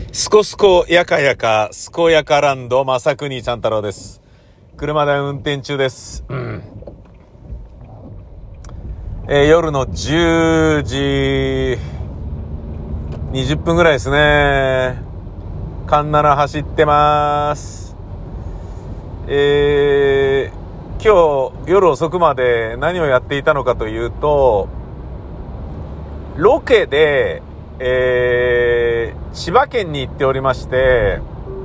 すこすこやかやかすこやかランド正国ちゃん太郎です。車で運転中です。夜の10時20分ぐらいですね。カンナナ走ってます。今日夜遅くまで何をやっていたのかというと、ロケで千葉県に行っておりまして、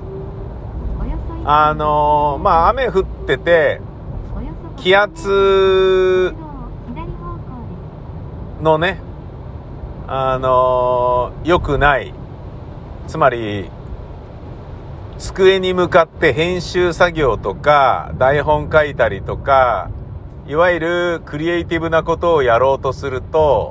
雨降ってて、気圧のね、良くない、つまり机に向かって編集作業とか台本書いたりとか、いわゆるクリエイティブなことをやろうとすると、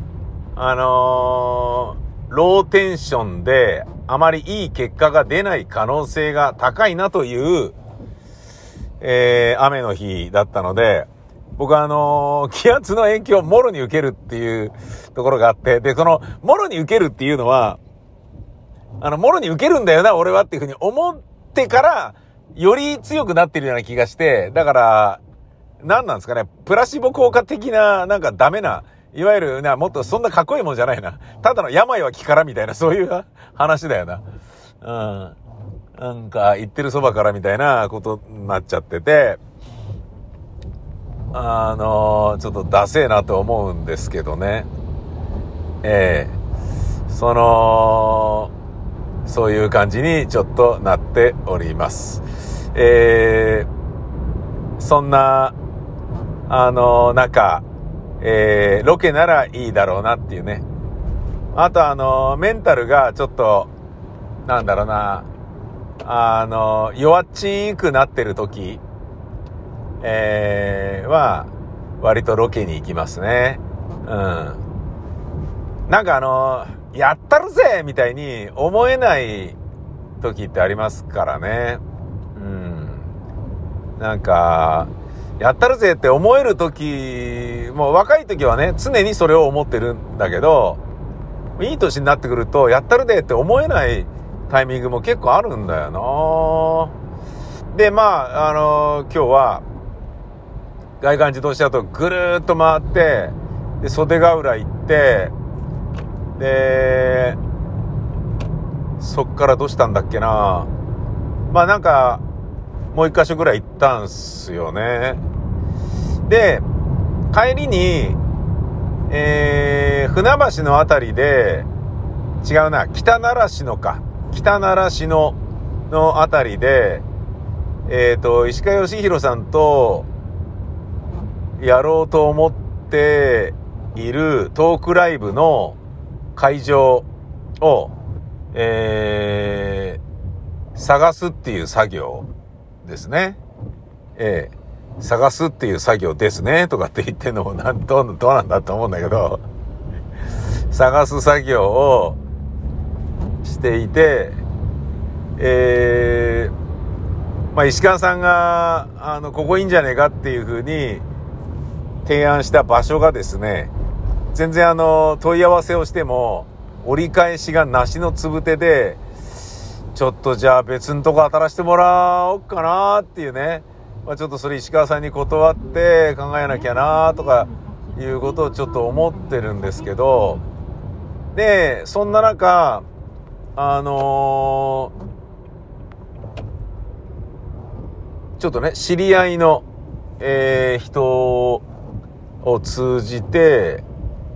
ローテンションであまりいい結果が出ない可能性が高いなという、雨の日だったので、僕は気圧の影響をもろに受けるっていうところがあって、で、そのもろに受けるっていうのは、もろに受けるんだよな俺はっていうふうに思ってからより強くなってるような気がして、だから何なんですかね、プラシボ効果的な、なんかダメな、いわゆるな、もっとそんなかっこいいもんじゃないな、ただの病は気からみたいな、そういう話だよな。なんか言ってるそばからみたいなことになっちゃってて、ちょっとダセえなと思うんですけどね。そういう感じにちょっとなっております。そんな中、ロケならいいだろうなっていうね。あとメンタルがちょっとなんだろうな、弱っちくなってる時、は割とロケに行きますね。なんかやったるぜみたいに思えない時ってありますからね。なんかやったるぜって思える時、もう若い時はね常にそれを思ってるんだけど、いい年になってくるとやったるぜって思えないタイミングも結構あるんだよな。で、今日は外環自動車道ぐるーっと回って、で袖ヶ浦行って、でそっからどうしたんだっけな、なんかもう一箇所ぐらい行ったんすよね。で帰りに、船橋のあたりで、違うな、北習志野のあたりで、石川義弘さんとやろうと思っているトークライブの会場を、探すっていう作業ですね。探すっていう作業ですねとかって言ってんのもどうなんだと思うんだけど、探す作業をしていて、石川さんがここいいんじゃねえかっていう風に提案した場所がですね、全然問い合わせをしても折り返しが梨のつぶてで、ちょっとじゃあ別のとこ当たらせてもらおうかなっていうね、ちょっとそれ石川さんに断って考えなきゃなとかいうことをちょっと思ってるんですけど、でそんな中ちょっとね知り合いの、人を通じて、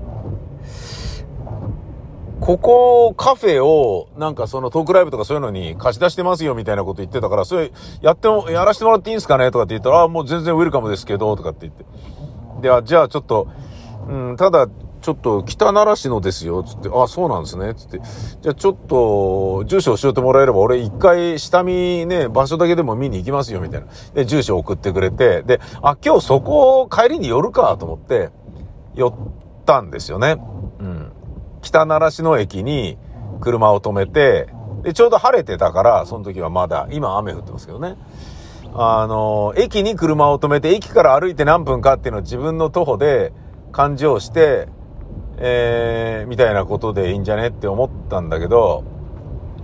ここカフェをなんかそのトークライブとかそういうのに貸し出してますよみたいなこと言ってたから、それやらせてもらっていいんですかねとかって言ったら、もう全然ウェルカムですけどとかって言って、でじゃあちょっとただちょっと北習志野ですよつって、そうなんですねつって、じゃあちょっと住所教えてもらえれば俺一回下見ね場所だけでも見に行きますよみたいなで住所送ってくれて、で今日そこ帰りに寄るかと思って寄ったんですよね。北習志野駅に車を止めて、でちょうど晴れてたから、その時はまだ、今雨降ってますけどね、駅に車を止めて、駅から歩いて何分かっていうのを自分の徒歩で勘定して、みたいなことでいいんじゃねって思ったんだけど、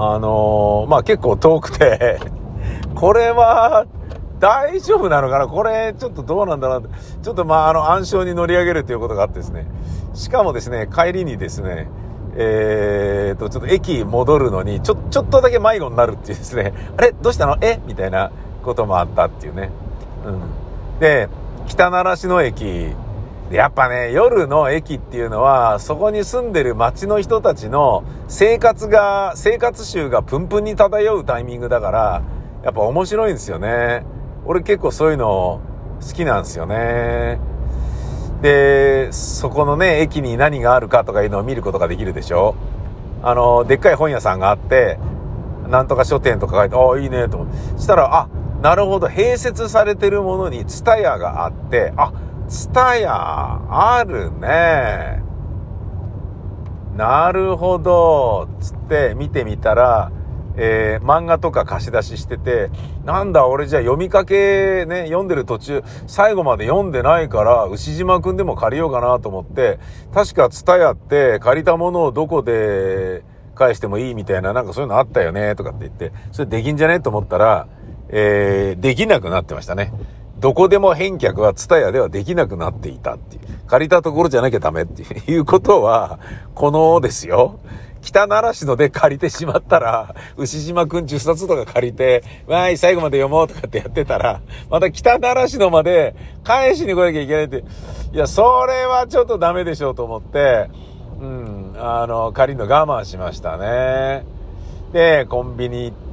まあ結構遠くて、これは大丈夫なのかな、これちょっとどうなんだろう、ちょっと暗礁に乗り上げるということがあってですね、しかもですね、帰りにですね、ちょっと駅戻るのにちょっとだけ迷子になるっていうですね、あれどうしたのみたいなこともあったっていうね。で、北習志野駅、やっぱね、夜の駅っていうのは、そこに住んでる街の人たちの生活臭がプンプンに漂うタイミングだから、やっぱ面白いんですよね。俺結構そういうの好きなんですよね。で、そこのね、駅に何があるかとかいうのを見ることができるでしょ。でっかい本屋さんがあって、なんとか書店とか書いて、いいねと思って。そしたら、なるほど、併設されてるものにツタヤがあって、ツタヤあるね。なるほど、つって見てみたら、漫画とか貸し出ししてて、なんだ俺じゃあ読みかけね、読んでる途中、最後まで読んでないから、牛島くんでも借りようかなと思って、確かツタヤって借りたものをどこで返してもいいみたいな、なんかそういうのあったよね、とかって言って、それできんじゃねと思ったら、できなくなってましたね。どこでも返却はツタヤではできなくなっていたっていう。借りたところじゃなきゃダメっていうことは、このですよ。北習志野で借りてしまったら、牛島くん10冊とか借りて、最後まで読もうとかってやってたら、また北習志野まで返しに来なきゃいけないって、いや、それはちょっとダメでしょうと思って、借りるの我慢しましたね。で、コンビニ行って、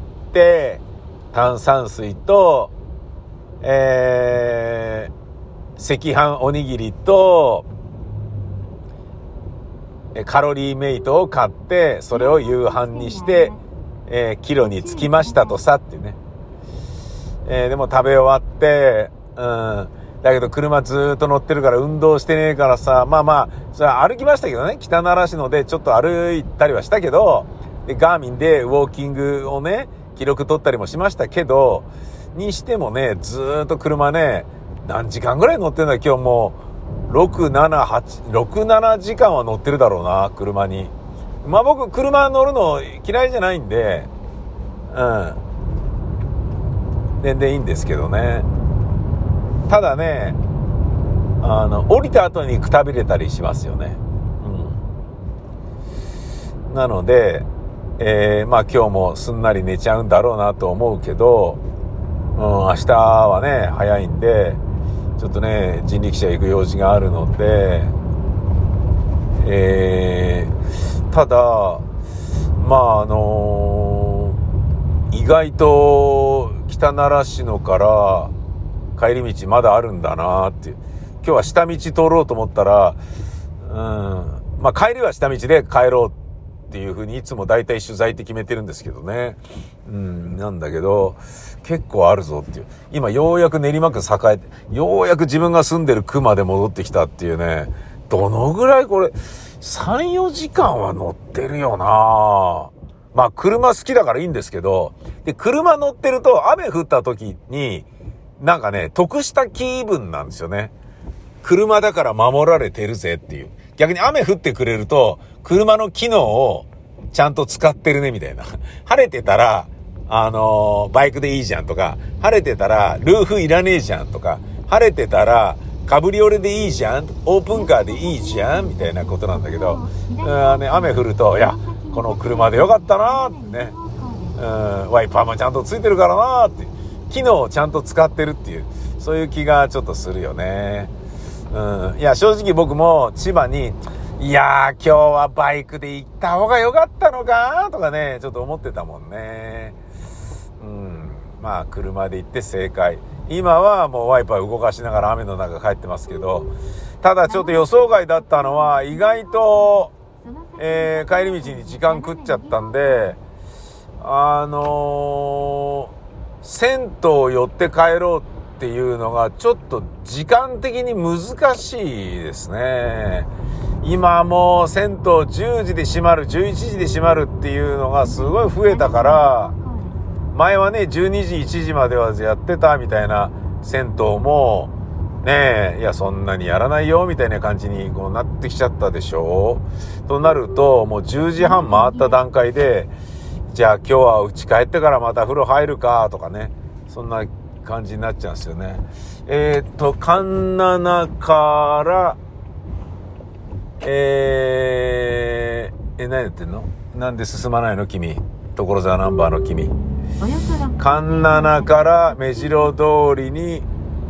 炭酸水と、赤飯おにぎりと、カロリーメイトを買って、それを夕飯にして、キロに着きましたとさってね。でも食べ終わって、だけど車ずーっと乗ってるから運動してねえからさ、それは歩きましたけどね、北習志野でちょっと歩いたりはしたけど、で、ガーミンでウォーキングをね、記録取ったりもしましたけど、にしてもね、ずーっと車ね、何時間ぐらい乗ってんだ今日もう、6、7時間は乗ってるだろうな、車に。僕、車乗るの嫌いじゃないんで、全然いいんですけどね。ただね、降りた後にくたびれたりしますよね。なので、今日もすんなり寝ちゃうんだろうなと思うけど、明日はね、早いんで、ちょっとね、人力車行く用事があるので、ただ、意外と北習志野から帰り道まだあるんだなっていう。今日は下道通ろうと思ったら、帰りは下道で帰ろうっていう風にいつも大体取材って決めてるんですけどね。なんだけど、結構あるぞっていう。今ようやく練馬区栄えて、ようやく自分が住んでる区まで戻ってきたっていうね。どのぐらいこれ、3、4時間は乗ってるよな。車好きだからいいんですけど、で、車乗ってると雨降った時に、なんかね、得した気分なんですよね。車だから守られてるぜっていう。逆に雨降ってくれると、車の機能をちゃんと使ってるねみたいな。晴れてたら、バイクでいいじゃんとか、晴れてたらルーフいらねえじゃんとか、晴れてたらカブリオレでいいじゃん、オープンカーでいいじゃんみたいなことなんだけど、雨降ると、いや、この車でよかったなーってね。ワイパーもちゃんとついてるからなーって。機能をちゃんと使ってるっていう、そういう気がちょっとするよね。いや、正直僕も千葉に、いやー、今日はバイクで行った方が良かったのかとかね、ちょっと思ってたもんね。車で行って正解。今はもうワイパー動かしながら雨の中帰ってますけど、ただちょっと予想外だったのは、意外と、帰り道に時間食っちゃったんで、銭湯寄って帰ろうっていうのがちょっと時間的に難しいですね。今もう銭湯10時で閉まる、11時で閉まるっていうのがすごい増えたから、前はね、12時、1時まではやってたみたいな銭湯も、ねえ、いやそんなにやらないよみたいな感じにこうなってきちゃったでしょ。となると、もう10時半回った段階で、 じゃあ今日は家帰ってからまた風呂入るかとかね、そんな感じになっちゃうんですよね。カンナナから、何やってんの？なんで進まないの君？所沢ナンバーの君。カンナナから目白通りに、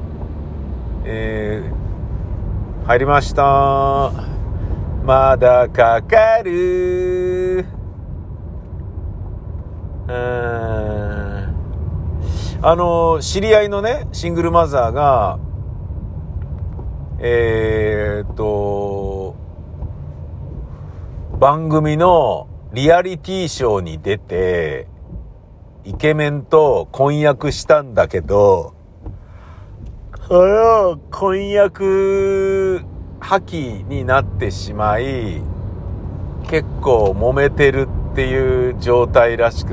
入りました。まだかかる。知り合いのね、シングルマザーが、番組のリアリティショーに出て、イケメンと婚約したんだけど、婚約破棄になってしまい、結構揉めてるっていう状態らしくって、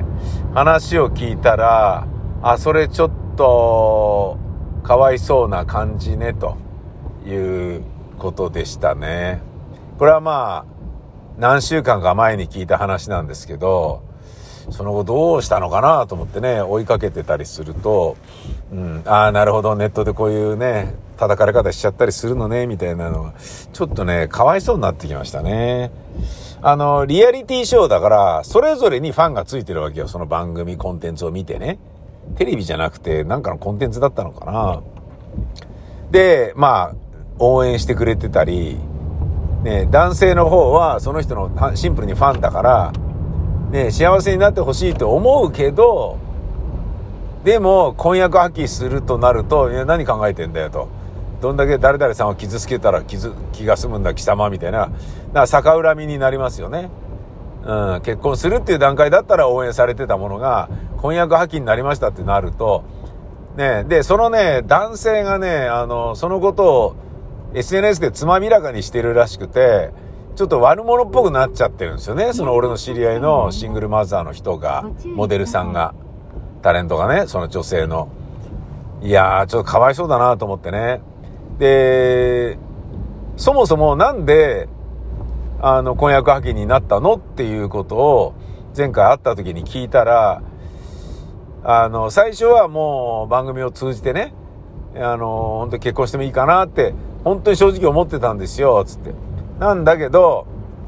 話を聞いたら、それちょっとかわいそうな感じねということでしたね。これはまあ何週間か前に聞いた話なんですけど、その後どうしたのかなと思ってね、追いかけてたりすると、なるほど、ネットでこういうね叩かれ方しちゃったりするのねみたいなのがちょっとねかわいそうになってきましたね。リアリティショーだからそれぞれにファンがついてるわけよ。その番組コンテンツを見てね、テレビじゃなくてなんかのコンテンツだったのかな。でまあ応援してくれてたりね、男性の方はその人のシンプルにファンだからね、幸せになってほしいと思うけど、でも婚約破棄するとなると、何考えてんだよと、どんだけ誰々さんを傷つけたら気が済むんだ貴様みたいな、逆恨みになりますよね。結婚するっていう段階だったら応援されてたものが婚約破棄になりましたってなるとね、でそのね男性がねそのことを SNS でつまびらかにしてるらしくて、ちょっと悪者っぽくなっちゃってるんですよね。その俺の知り合いのシングルマザーの人が、モデルさんが、タレントがね、その女性の、いやーちょっとかわいそうだなと思ってね。でそもそもなんで婚約破棄になったのっていうことを前回会った時に聞いたら、最初はもう番組を通じてね、本当に結婚してもいいかなって本当に正直思ってたんですよつって。なんだけど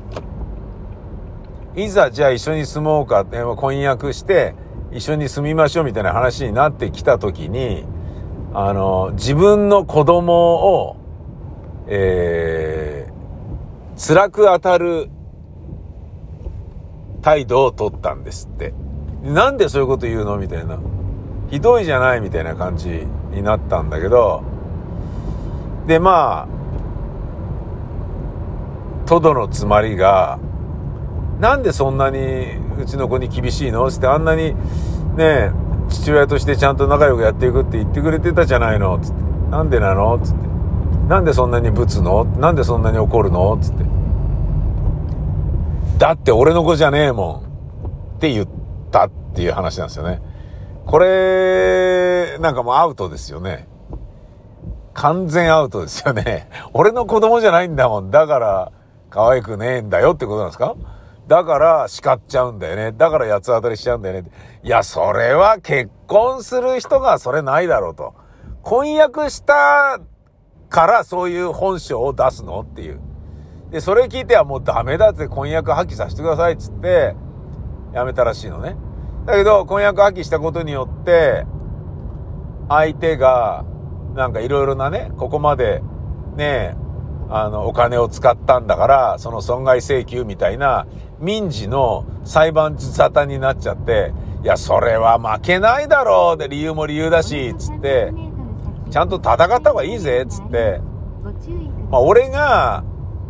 いざじゃあ一緒に住もうかって、婚約して一緒に住みましょうみたいな話になってきた時に、自分の子供を辛く当たる態度を取ったんですって。なんでそういうこと言うのみたいな、ひどいじゃないみたいな感じになったんだけど、でまあとどのつまりが、なんでそんなにうちの子に厳しいのって、あんなにね父親としてちゃんと仲良くやっていくって言ってくれてたじゃないのつって、なんでなのつって、なんでそんなにぶつの、なんでそんなに怒るのつって、だって俺の子じゃねえもんって言ったっていう話なんですよね。これなんかもうアウトですよね。完全アウトですよね。俺の子供じゃないんだもん、だから可愛くねえんだよってことなんですか。だから叱っちゃうんだよね、だから八つ当たりしちゃうんだよね。いやそれは結婚する人がそれないだろうと。婚約したからそういう本性を出すのっていう。でそれ聞いてはもうダメだって婚約破棄させてくださいっつってやめたらしいのね。だけど婚約破棄したことによって相手がなんかいろいろなね、ここまでねお金を使ったんだからその損害請求みたいな民事の裁判沙汰になっちゃって、いやそれは負けないだろうで、理由も理由だしつってちゃんと戦った方がいいぜつって、俺が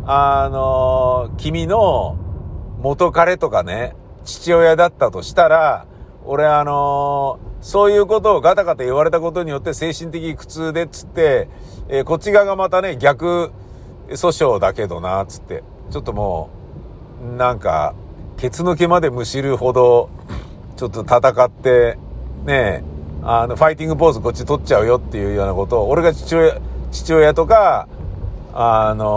君の元彼とかね父親だったとしたら、俺そういうことをガタガタ言われたことによって精神的苦痛でっつって、こっち側がまたね逆訴訟だけどなつって、ちょっともうなんかケツの毛までむしるほどちょっと戦ってねファイティングポーズこっち取っちゃうよっていうようなことを、俺が父親とか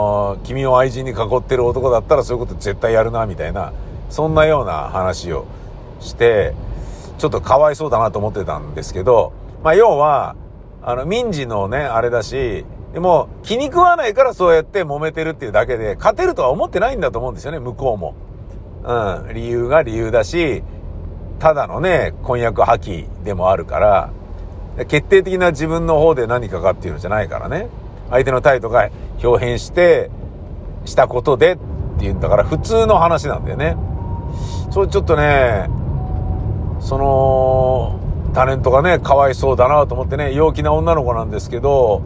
君を愛人に囲ってる男だったらそういうこと絶対やるなみたいな、そんなような話をして、ちょっとかわいそうだなと思ってたんですけど、まあ要は、民事のね、あれだし、でも気に食わないからそうやって揉めてるっていうだけで、勝てるとは思ってないんだと思うんですよね、向こうも。理由が理由だし、ただのね、婚約破棄でもあるから、決定的な自分の方で何かかっていうのじゃないからね。相手の態度が表変したことでっていうんだから普通の話なんだよね。それちょっとね、そのタレントがね、かわいそうだなと思ってね、陽気な女の子なんですけど、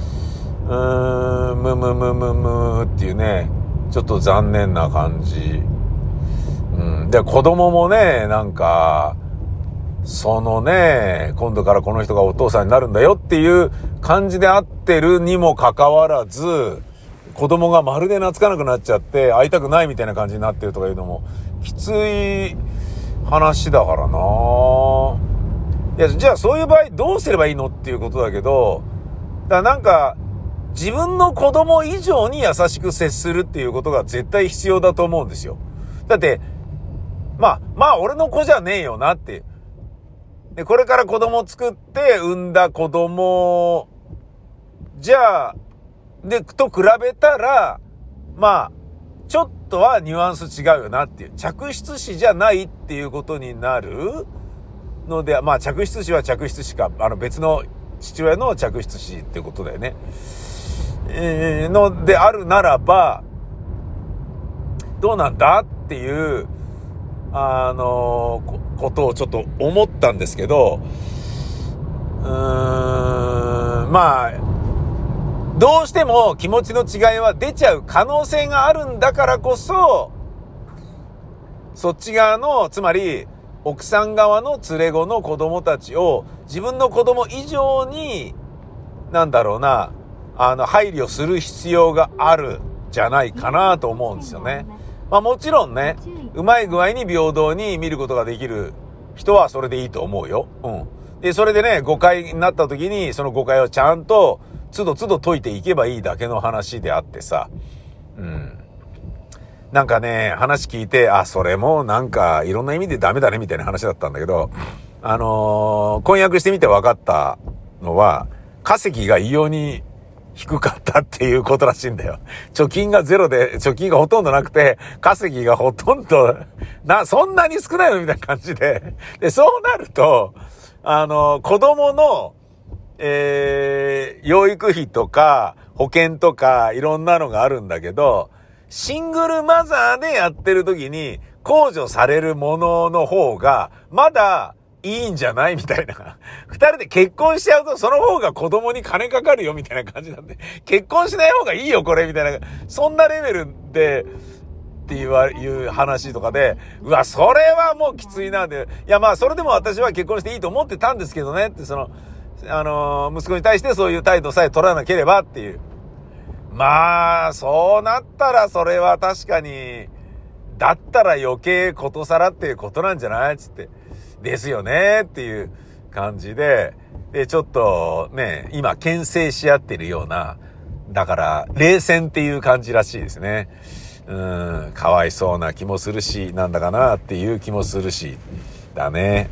っていうね、ちょっと残念な感じ。で、子供もね、なんか、そのね、今度からこの人がお父さんになるんだよっていう感じで会ってるにもかかわらず、子供がまるで懐かなくなっちゃって会いたくないみたいな感じになってるとかいうのもきつい話だからな。いや、じゃあそういう場合どうすればいいのっていうことだけど、だからなんか自分の子供以上に優しく接するっていうことが絶対必要だと思うんですよ。だってまあ俺の子じゃねえよなっていう。で、これから子供作って産んだ子供じゃあと比べたら、まあちょっとはニュアンス違うよなっていう。嫡出子じゃないっていうことになるので、まあ嫡出子は嫡出子か、別の父親の嫡出子ってことだよね。のであるならばどうなんだっていうことをちょっと思ったんですけど、まあどうしても気持ちの違いは出ちゃう可能性があるんだからこそ、そっち側の、つまり奥さん側の連れ子の子供たちを自分の子供以上に配慮する必要があるじゃないかなと思うんですよね。まあもちろんね、うまい具合に平等に見ることができる人はそれでいいと思うよ。で、それでね、誤解になった時にその誤解をちゃんと都度都度解いていけばいいだけの話であってさ。なんかね、話聞いて、それもなんかいろんな意味でダメだねみたいな話だったんだけど、婚約してみて分かったのは、稼ぎが異様に低かったっていうことらしいんだよ。貯金がゼロで、貯金がほとんどなくて、稼ぎがほとんど、そんなに少ないのみたいな感じで。で、そうなると、子供の、養育費とか、保険とか、いろんなのがあるんだけど、シングルマザーでやってる時に、控除されるものの方が、まだ、いいんじゃないみたいな。二人で結婚しちゃうとその方が子供に金かかるよみたいな感じなんで、結婚しない方がいいよこれみたいな、そんなレベルでっていう話とかで、うわ、それはもうきついなで、いやまあそれでも私は結婚していいと思ってたんですけどねって、息子に対してそういう態度さえ取らなければっていう。まあ、そうなったらそれは確かに、だったら余計ことさらっていうことなんじゃないつって。ですよねっていう感じで、ちょっとね、今牽制し合ってるような、だから冷戦っていう感じらしいですね。かわいそうな気もするし、なんだかなっていう気もするし、だね。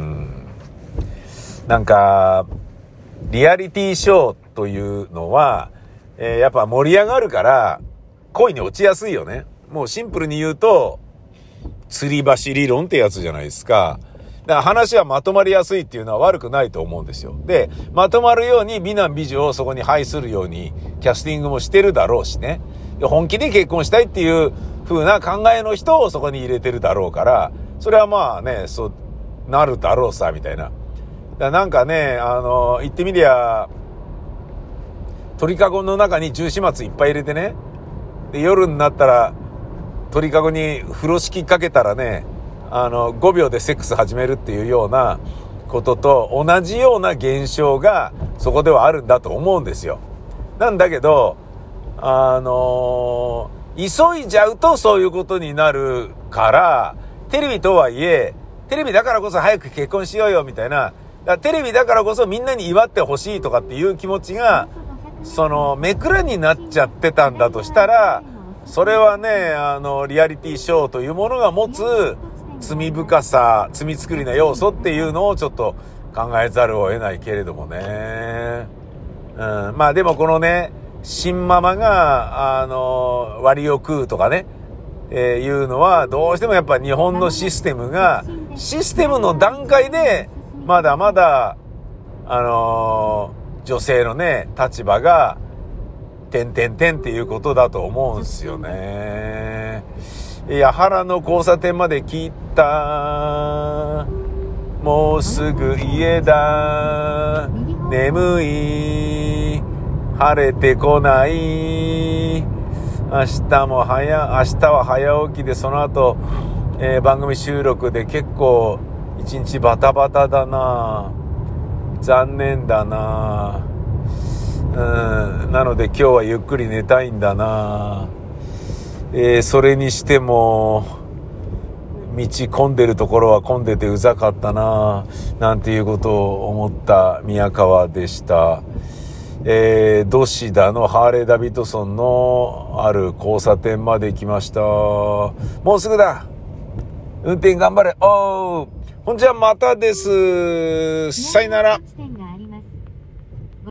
なんか、リアリティショーというのは、やっぱ盛り上がるから恋に落ちやすいよね。もうシンプルに言うと、吊り橋理論ってやつじゃないですか。だから話はまとまりやすいっていうのは悪くないと思うんですよ。で、まとまるように美男美女をそこに配するようにキャスティングもしてるだろうしね。で、本気で結婚したいっていう風な考えの人をそこに入れてるだろうから、それはまあね、そうなるだろうさ、みたいな。だからなんかね、言ってみりゃ、鳥かごの中に重始末いっぱい入れてね。で、夜になったら、鳥かごに風呂敷かけたらね、5秒でセックス始めるっていうようなことと同じような現象がそこではあるんだと思うんですよ。なんだけど、急いじゃうとそういうことになるから、テレビとはいえ、テレビだからこそ早く結婚しようよみたいな、だからテレビだからこそみんなに祝ってほしいとかっていう気持ちが、めくらになっちゃってたんだとしたら、それはね、リアリティショーというものが持つ罪深さ、罪作りな要素っていうのをちょっと考えざるを得ないけれどもね。まあでもこのね、新ママが、割を食うとかね、いうのは、どうしてもやっぱ日本のシステムの段階で、まだまだ、女性のね、立場が、てんっていうことだと思うんですよね。八原の交差点まで来た。もうすぐ家だ。眠い。晴れてこない。明日は早起きで、その後、番組収録で結構一日バタバタだな。残念だな。なので今日はゆっくり寝たいんだな。それにしても道混んでるところは混んでてうざかったな、なんていうことを思った宮川でした。ドシダのハーレーダビッドソンのある交差点まで来ました。もうすぐだ。運転頑張れ。ほんじゃまたです。さよなら。